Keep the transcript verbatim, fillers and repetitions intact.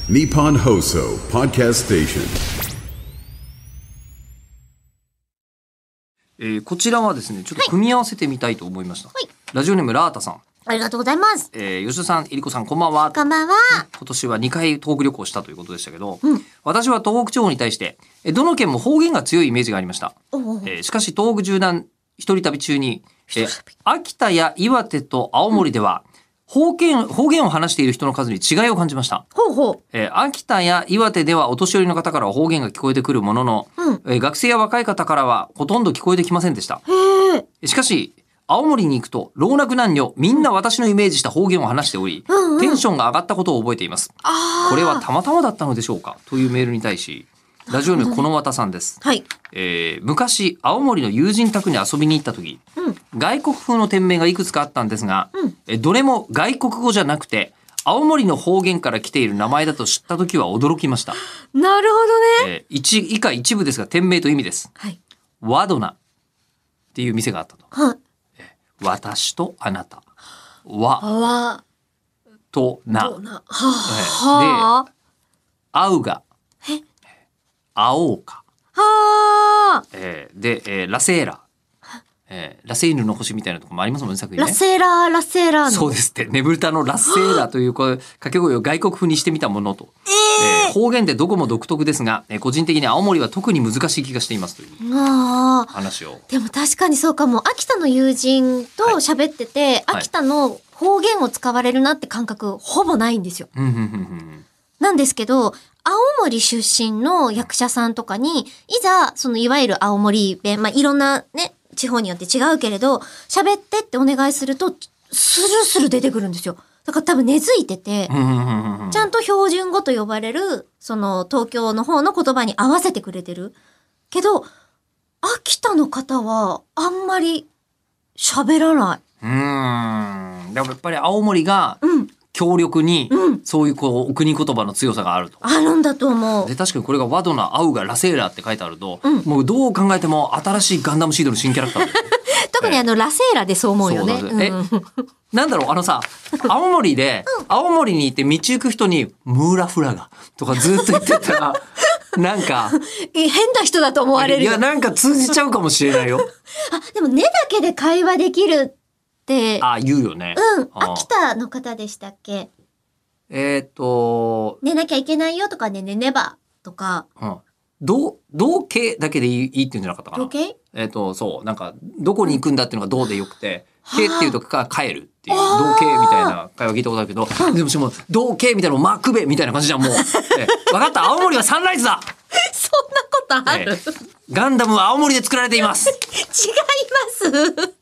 Nippon Hoso Podcast Station。 えー、こちらはですねちょっと組み合わせてみたいと思いました、 はい、 ラジオネームラータさん、 ありがとうございます。 えー、吉田さん、えりこさん、こんばんは。 こんばんは。 今年はにかい東北旅行したということでしたけど、 うん、 私は東北地方に対してえどの県も方言が強いイメージがありました。 おうおう、 えー、しかし東北縦断一人旅中に、えー、秋田や岩手と青森では、うん、方言方言を話している人の数に違いを感じました。 ほうほう、 えー、秋田や岩手ではお年寄りの方からは方言が聞こえてくるものの、うん、えー、学生や若い方からはほとんど聞こえてきませんでした。 へー。 しかし青森に行くと老若男女みんな私のイメージした方言を話しており、うんうん、テンションが上がったことを覚えています。これはたまたまだったのでしょうかというメールに対し、ラジオネームこのわたさんです、 はい、 えー、昔青森の友人宅に遊びに行った時、うん、外国風の店名がいくつかあったんですが、うん、えどれも外国語じゃなくて青森の方言から来ている名前だと知った時は驚きました。 なるほどね、 えー、一以下一部ですが店名と意味です、はい、ワドナっていう店があったと、はい、私とあなたわとな、はあ、で会うが会おうか、は、えー、で、えー、ラセーラ、えー、ラセーヌの星みたいなところもありますもんね、作品ね。 ラセーラーラセーラーの、 そうですって、ねぶたのラセーラというこう掛け声を外国風にしてみたものと、えーえー、方言でどこも独特ですが、えー、個人的に青森は特に難しい気がしていますという話を。 でも確かにそうかも。秋田の友人と喋ってて、はい、秋田の方言を使われるなって感覚ほぼないんですよ。なんですけど、青森出身の役者さんとかに、いざ、そのいわゆる青森弁、まあ、いろんなね、地方によって違うけれど、喋ってってお願いすると、スルスル出てくるんですよ。だから多分根付いてて、ちゃんと標準語と呼ばれる、その東京の方の言葉に合わせてくれてる。けど、秋田の方はあんまり喋らない。 うーん。でもやっぱり青森が、うん、強力に、うん、そういうこうお国言葉の強さがあると。 あるんだと思う。 で確かにこれがワドナ、アウガ、ラセーラーって書いてあると、うん、もうどう考えても新しいガンダムシードの新キャラクター。 特にあの、ラセーラーでそう思うよね。 え、うん、なんだろう、あのさ、青森で、うん、青森に行って道行く人にムーラフラガとかずっと言ってたら、なんか変な人だと思われるよ。 いや、なんか通じちゃうかもしれないよ。 あ、でも根だけで会話できるって。 あ、言うよね。 うん。秋田の方でしたっけ？ えっと。 寝なきゃいけないよとかね、寝ねばとか。 うん。同、同型だけでいい、いいって言うんじゃなかったかな。 同型？ えっと、そう。なんか、どこに行くんだっていうのがどうでよくて、型っていうとか帰るっていう、同型みたいな会話聞いたことあるけど、でもしも、同型みたいなのマクベみたいな感じじゃん、もう。え、わかった、青森はサンライズだ。 そんなことある？ ガンダムは青森で作られています。 違います。